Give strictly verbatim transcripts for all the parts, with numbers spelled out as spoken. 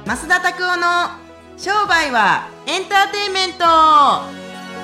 増田拓夫の商売はエンターテインメント。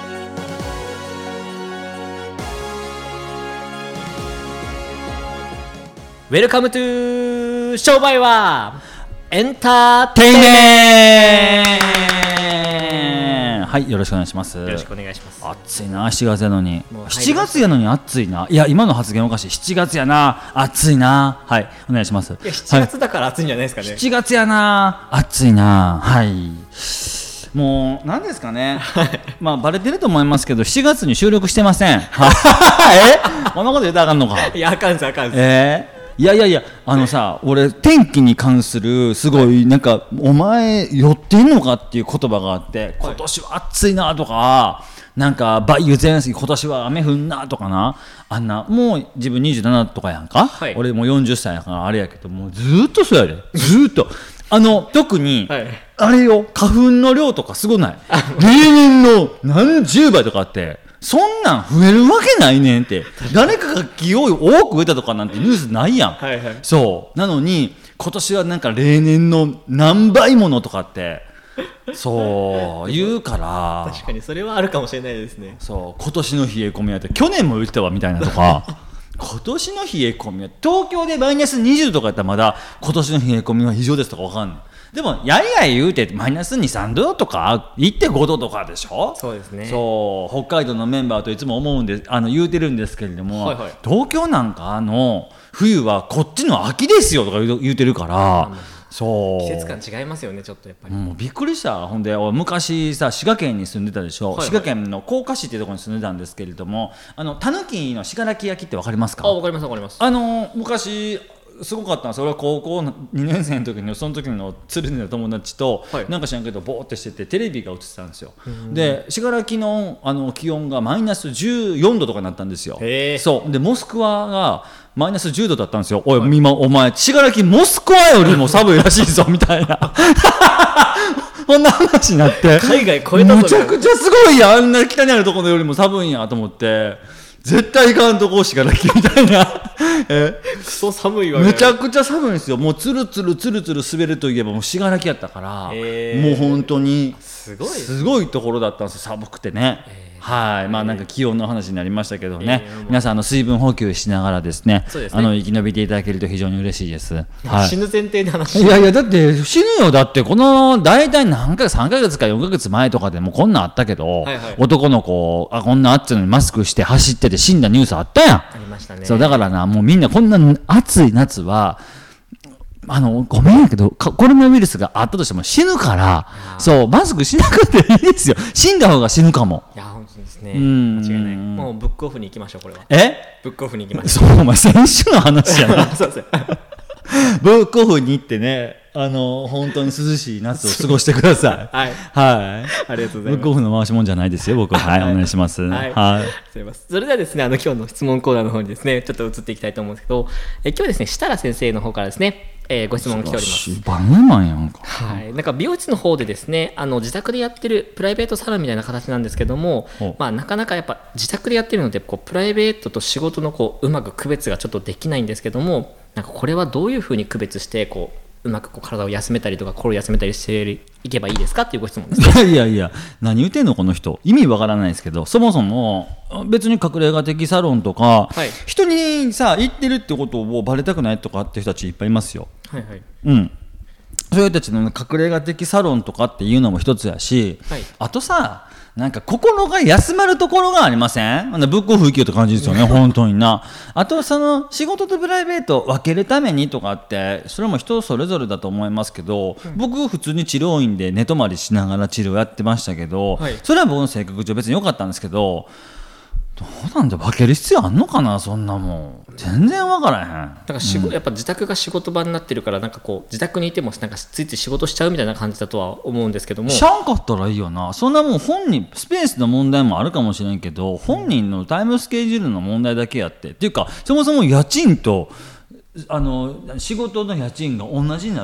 ウェルカムトゥー商売はエンターテイメント。はい、よろしくお願いします。 よろしくお願いします。 暑いな、しちがつやのに。しちがつやのに暑いな。いや、今の発言おかしい。しちがつやな、暑いな。はい、お願いします。 いや、しちがつだから暑いんじゃないですかね。 しちがつやな、暑いな。はい。もう何ですかね、まあバレてると思いますけどしちがつに収録してません。えこんなこと言ったらあかんのか。 いや、あかんすあかんす。 えーいやいやいや、あのさ、俺天気に関するすごいなんかお前酔ってんのかっていう言葉があって、今年は暑いなとか、なんか梅雨前線今年は雨降んなとかな、あんなもう自分にじゅうななとかやんか、はい、俺もうよんじゅっさいやからあれやけど、もうずーっとそうやで、ずーっとあの特に、はい、あれよ、花粉の量とかすごない？例年の何十倍とかあって、そんなん増えるわけないねんって。誰かが木を多く植えたとかなんてニュースないやん。はい、はい、そうなのに今年はなんか例年の何倍ものとかってそう言うから確かにそれはあるかもしれないですね。 そう今年の冷え込みはって去年も言ってたわみたいなとか今年の冷え込みは東京でマイナスにじゅうどとかやったらまだ今年の冷え込みは非常ですとか分かんない。でもやいやい言うてマイナスに、さんどとか いってんごどとかでしょ。 そうですね。 そう北海道のメンバーといつも思うんであの言うてるんですけれども、はいはい、東京なんかの冬はこっちの秋ですよとか言う、言うてるから、うん、そう季節感違いますよねちょっとやっぱり。 もうびっくりした。ほんで昔さ滋賀県に住んでたでしょ、はいはい、滋賀県の甲賀市っていうところに住んでたんですけれども、あのたぬきの信楽焼きって分かりますか？ あ、分かります分かります。 あの昔すごかったんです。俺は高校にねん生の時にその時の鶴見の友達と、はい、なんか知らんけどボーってしててテレビが映ってたんですよ。で信楽 の, あの気温がマイナスじゅうよんどとかになったんですよ。そうでモスクワがマイナスじゅうどだったんですよ。おい、はい、今お前信楽モスクワよりも寒いらしいぞみたいなこんな話になって海外超えたぞ。 むちゃくちゃすごいや、あんな北にあるところよりも寒いんやと思って、絶対行かんとこう信楽みたいなえクソ寒いわ。 めちゃくちゃ寒いんですよ。もうつるつるつるつる滑るといえばもう信楽やったから、もう本当にすごいすごいところだったんですよ、寒くてね。はい、まあなんか気温の話になりましたけどね、えー、皆さんあの水分補給しながらですね、そうですね、あの生き延びていただけると非常に嬉しいです。 はい、死ぬ前提で話して。 いやいやだって死ぬよ。だってこの大体何ヶ月さんかげつかよんかげつまえとかでもこんなんあったけど、はいはい、男の子あこんな暑いのにマスクして走ってて死んだニュースあったやん。 ありましたね。 そうだからな、もうみんなこんな暑い夏はあのごめんやけどコロナウイルスがあったとしても死ぬから、そうマスクしなくていいですよ。死んだ方が死ぬかも。 いや本当ですね。間違いない。もうブックオフに行きましょう。これはえブックオフに行きましょう。 そうお前先週の話やなそうそうブックオフに行ってね、あの本当に涼しい夏を過ごしてください。はい、はい、ありがとうございます。ブックオフの回しもんじゃないですよ僕は。はい、はい、お願いします。はい、はい、 すいません。それではですね、あの今日の質問コーナーの方にですねちょっと移っていきたいと思うんですけど、え今日ですね設楽先生の方からですね、えー、ご質問が来ております。 バナナマンやんか。 はい、なんか美容室の方でですね、あの自宅でやってるプライベートサロンみたいな形なんですけども、まあ、なかなかやっぱ自宅でやってるのでこうプライベートと仕事のこううまく区別がちょっとできないんですけども、なんかこれはどういうふうに区別してこううまくこう体を休めたりとか心を休めたりしていけばいいですかっていうご質問ですね。 いやいや何言ってんのこの人、意味わからないですけど、そもそも別に隠れ家的サロンとか、はい、人にさ言ってるってことをバレたくないとかっていう人たちいっぱいいますよ。はいはい、うん、そういう人たちの隠れ家的サロンとかっていうのも一つやし、はい、あとさなんか心が休まるところがありません？ブックオフ行きよって感じですよね本当にな。あとその仕事とプライベート分けるためにとかってそれも人それぞれだと思いますけど、うん、僕普通に治療院で寝泊まりしながら治療やってましたけど、はい、それは僕の性格上別に良かったんですけど、どうなんだ分ける必要あんのかな。そんなもん全然分からへん。 なんか仕事、うん、やっぱ自宅が仕事場になってるからなんかこう自宅にいてもなんかついつい仕事しちゃうみたいな感じだとは思うんですけども、 しゃんかったらいいよな。そんなもん本人スペースの問題もあるかもしれんけど本人のタイムスケジュールの問題だけやってっていうか、そもそも家賃とあの仕事の家賃が同じになる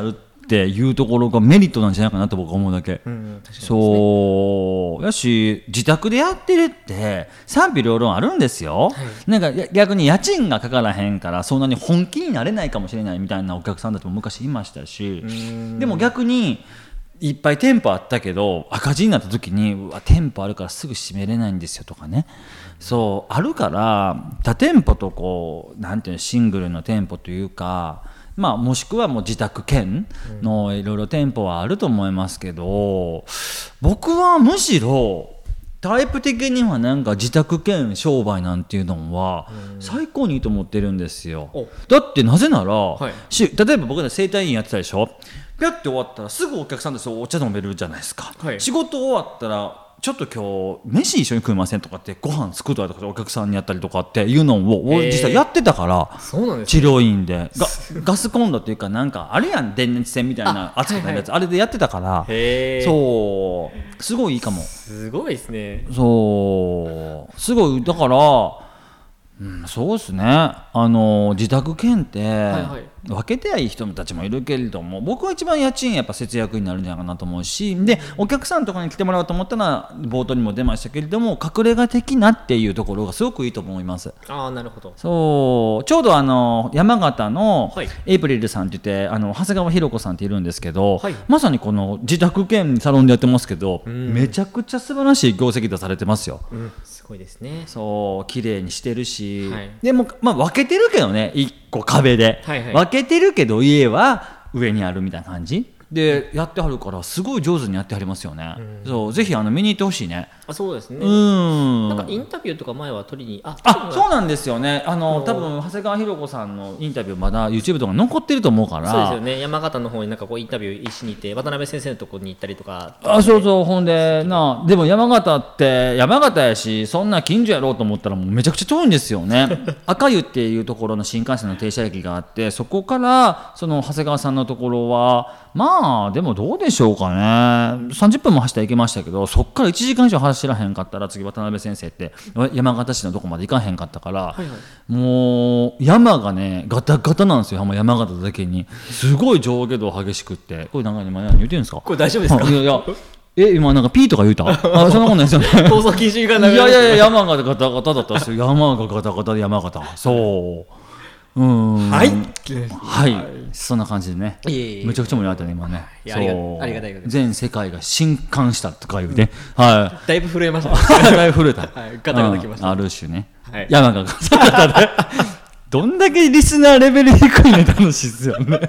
っていうところがメリットなんじゃないかなと僕は思うだけ、 うん、確かにですね、 そうやし自宅でやってるって賛否両論あるんですよ、はい、なんか逆に家賃がかからへんからそんなに本気になれないかもしれないみたいなお客さんたちも昔いましたし、でも逆にいっぱい店舗あったけど赤字になった時にうわ店舗あるからすぐ閉めれないんですよとかね、そうあるから他店舗とこうなんていうのシングルの店舗というか、まあ、もしくはもう自宅兼のいろいろ店舗はあると思いますけど、僕はむしろタイプ的にはなんか自宅兼商売なんていうのは最高にいいと思ってるんですよ。だってなぜなら、はい、し例えば僕ら整体院やってたでしょ、ピャッて終わったらすぐお客さんとお茶飲めるじゃないですか、はい、仕事終わったらちょっと今日飯一緒に食いませんとかってご飯作ったりとかお客さんにやったりとかっていうのを実際やってたから、 そうなんですね、 治療院でガ, ガスコンロっていうかなんかあるやん電熱線みたいな熱くなるやつ あ,、はいはい、あれでやってたから、そうすごいいいかも。 すごいですね。 そうすごいだから、うん、そうですね、あの自宅兼って、はいはい、分けてはいい人たちもいるけれども僕は一番家賃やっぱ節約になるんじゃないかなと思うし、でお客さんとかに来てもらおうと思ったら冒頭にも出ましたけれども隠れ家的なっていうところがすごくいいと思います。 あーなるほど。 そうちょうどあの山形のエイプリルさんって言ってあの長谷川博子さんっているんですけど、はい、まさにこの自宅兼サロンでやってますけど、うん、めちゃくちゃ素晴らしい業績出されてますよ、 うん、すごいですね。 そう綺麗にしてるし、はい、でも、まあ、分けてるけどねいっこ壁で、はいはい、分けてるけど家は上にあるみたいな感じでやってはるからすごい上手にやってはりますよね、うん、そうぜひあの見に行ってほしいね。 あそうですね、 うんなんかインタビューとか前は取りに あ, あそうなんですよね、あの多分長谷川博子さんのインタビューまだ YouTube とか残ってると思うから。 そうですよね、山形の方になんかこうインタビュー一緒に行って渡辺先生のところに行ったりとか、 あそうそうほんでなでも山形って山形やしそんな近所やろうと思ったらもうめちゃくちゃ遠いんですよね赤湯っていうところの新幹線の停車駅があってそこからその長谷川さんのところはまあでもどうでしょうかねさんじゅっぷんも走ったら行けましたけどそこからいちじかん以上走らへんかったら次渡辺先生って山形市のどこまで行かへんかったから、はいはい、もう山がねガタガタなんですよ山形だけにすごい上下動激しくってこれなんか今何言ってるんですか。 これ大丈夫ですか。 いやいやえ今なんかピーとか言うたあそんなことないですよね放送禁止が流れていやいやいや山がガタガタだったんですよ山がガタガタで山形そううんはい、 はい、そんな感じでね、 いえいえめちゃくちゃ盛り上がったね今ね。 いやありがありがたいことです。 全世界が震撼したとかいうね、はい、 だいぶ震えましただいぶ震えた、 はい、ガタガタきました、 ある種ね、 はい、 山がガタガタでどんだけリスナーレベル低いね楽しいですよね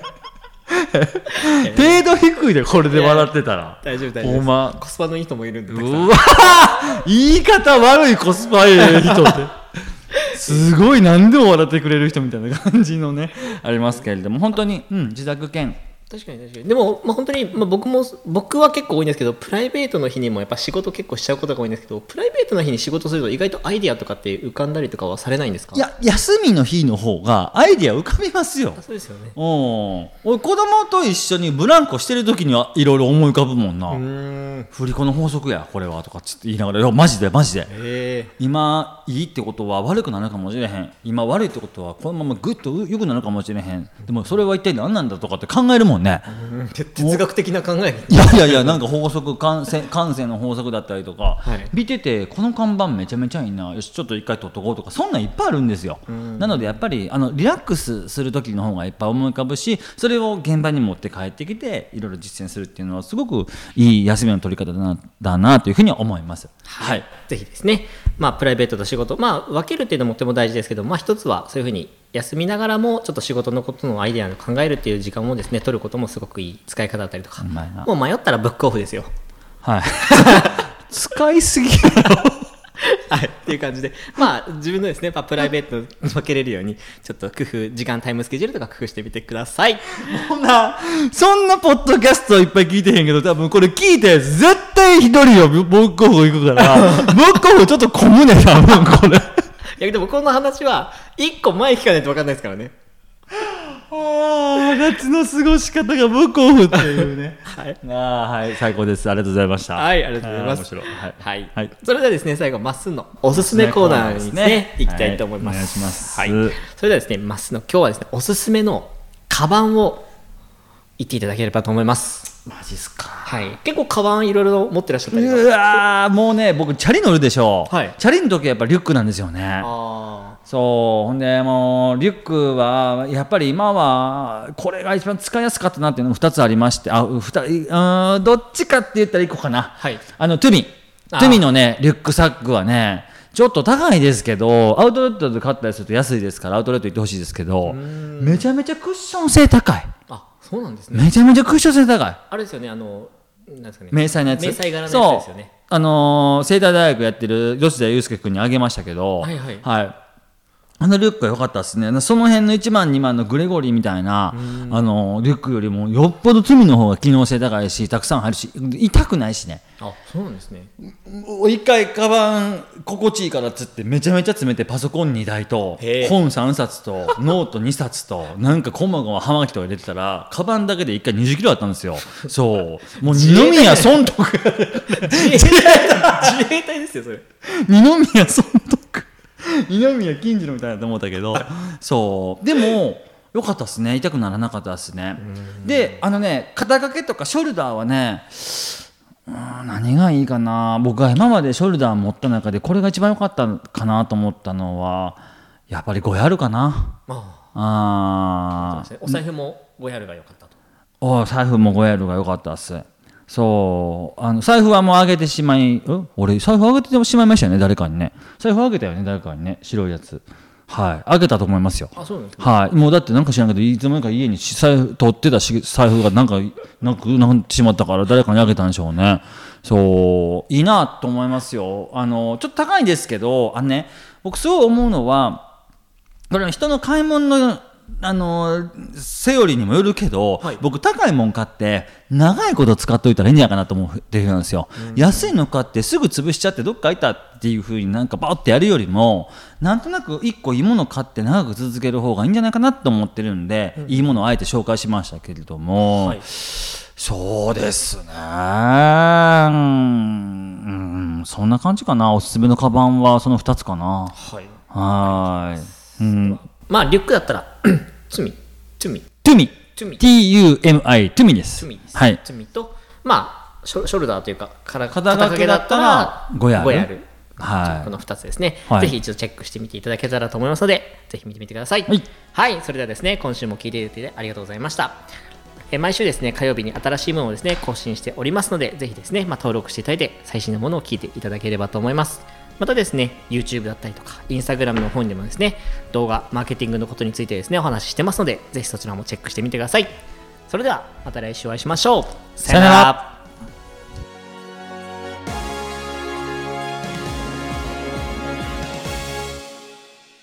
程度低いでこれで笑ってたら大丈夫大丈夫です、ま、コスパのいい人もいるんでうわ言い方悪いコスパいい人ってすごい何でも笑ってくれる人みたいな感じのねありますけれども本当に、うん、自宅兼確かに確かにでも、まあ、本当に、まあ、僕も僕は結構多いんですけどプライベートの日にもやっぱ仕事結構しちゃうことが多いんですけどプライベートの日に仕事すると意外とアイディアとかって浮かんだりとかはされないんですか。 いや休みの日の方がアイディア浮かびますよ。 そうですよね。 うん俺子供と一緒にブランコしてる時にはいろいろ思い浮かぶもんな。うーん振り子の法則やこれはとかって言いながらいやマジでマジで、えー、今いいってことは悪くなるかもしれへん今悪いってことはこのままグッと良くなるかもしれへんでもそれは一体何なんだとかって考えるもんね。 哲学的な考えいやいやいやなんか法則感染感染の法則だったりとか、はい、見ててこの看板めちゃめちゃいいなよしちょっと一回取っとこうとかそんなんいっぱいあるんですよ。なのでやっぱりあのリラックスする時の方がいっぱい思い浮かぶしそれを現場に持って帰ってきていろいろ実践するっていうのはすごくいい休みの取り方だな、だなというふうに思います。 はい、はい、ぜひですね、まあ、プライベートと仕事、まあ、分けるっていうのもとても大事ですけど、まあ、一つはそういうふうに休みながらもちょっと仕事のことのアイデアを考えるっていう時間もですね取ることもすごくいい使い方だったりとかもう迷ったらブックオフですよ。 はい使いすぎはい、っていう感じで、まあ、自分のですね、まあ、プライベートに分けれるようにちょっと工夫時間タイムスケジュールとか工夫してみてください。 そんなそんなポッドキャストいっぱい聞いてへんけど多分これ聞いて絶対一人よブックオフ行くからブックオフちょっと混むね多分これいやでもこの話はいっこまえ聞かないと分かんないですからね。 あ夏の過ごし方がブックオフっていうねはい、あはい最高です。ありがとうございました。 はいありがとうございます。 面白い、はいはいはい、それではですね最後まっすーのおすすめコーナーにですねいきたいと思います。 はい、お願いします。 はい、それではですねまっすーの今日はですねおすすめのカバンを行っていただければと思います。 マジっすか。 はい、結構カバンいろいろ持ってらっしゃったりとか。 うわーもうね僕チャリ乗るでしょ、 はい、 チャリの時はやっぱリュックなんですよね。 あそうほんでもうリュックはやっぱり今はこれが一番使いやすかったなっていうのがふたつありまして、あふたうんどっちかって言ったらいっこかな、 はい、 あのトゥミトゥミのねリュックサックはねちょっと高いですけどアウトレットで買ったりすると安いですからアウトレット行ってほしいですけどめちゃめちゃクッション性高い。 あそうなんですね。 めちゃめちゃクッション性高い。 あれですよね、あのなんですかね、 迷彩のやつ、 迷彩柄のやつですよね。 あのー、清田大学やってる吉田祐介君にあげましたけど、 はいはい、 はい、あのリュックは良かったですね。その辺のいちまんにまんのグレゴリーみたいなあのリュックよりもよっぽどトゥミの方が機能性高いし、たくさん入るし痛くないしね。 あ、そうなんですね。 一回カバン心地いいからっつってめちゃめちゃ詰めてパソコンにだいと本さんさつとノートにさつとなんかこまごま葉巻とか入れてたらカバンだけで一回にじゅっキロあったんですよ。そうもう二宮尊徳自衛隊自衛隊ですよそれ。 二宮尊徳二宮金次郎みたいなと思ったけどそうでも良かったですね。痛くならなかったですね。であのね肩掛けとかショルダーはねうーん何がいいかな。僕が今までショルダー持った中でこれが一番良かったかなと思ったのはやっぱりごヤールかな。 あああお財布もごヤールが良かったと。 お財布もごヤールが良かったです。そうあの財布はもうあげてしまいん俺財布あげてしまいましたよね誰かにね。財布あげたよね誰かにね白いやつ。はいあげたと思いますよ。 あそうなんですね。 はいもうだってなんか知らんけどいつの間にか家に財布取ってたし財布がなんかなくなってしまったから誰かにあげたんでしょうね。そういいなと思いますよ。あのちょっと高いんですけどあのね僕すごい思うのはこれは人の買い物のあのセオリーにもよるけど、はい、僕高いもん買って長いこと使っといたらいいんじゃないかなと思ってるんですよ。安いの買ってすぐ潰しちゃってどっかいたっていう風になんかバーってやるよりもなんとなくいっこいいもの買って長く続ける方がいいんじゃないかなと思ってるんで、うん、いいものをあえて紹介しましたけれども、はい、そうですねうん、うん、そんな感じかな。おすすめのカバンはそのふたつかな。はいはい、うん、 まあリュックだったらトゥミトゥミトゥミ ティーユーエムアイ トゥミです。 トゥミです。 はい。 トゥミとまあショ、ショルダーというか肩掛けだったらごヤール。 ごヤールはい。 このふたつですね、 はい。 ぜひ一度チェックしてみていただけたらと思いますので、ぜひ見てみてください。はい。はい、それではですね、今週も聞いていただいてありがとうございました。え毎週ですね、火曜日に新しいものをですね、更新しておりますので、ぜひですね、まあ、登録していただいて最新のものを聞いていただければと思います。またですね YouTube だったりとか Instagram の方にでもですね動画マーケティングのことについてですねお話ししてますのでぜひそちらもチェックしてみてください。それではまた来週お会いしましょう。さよなら。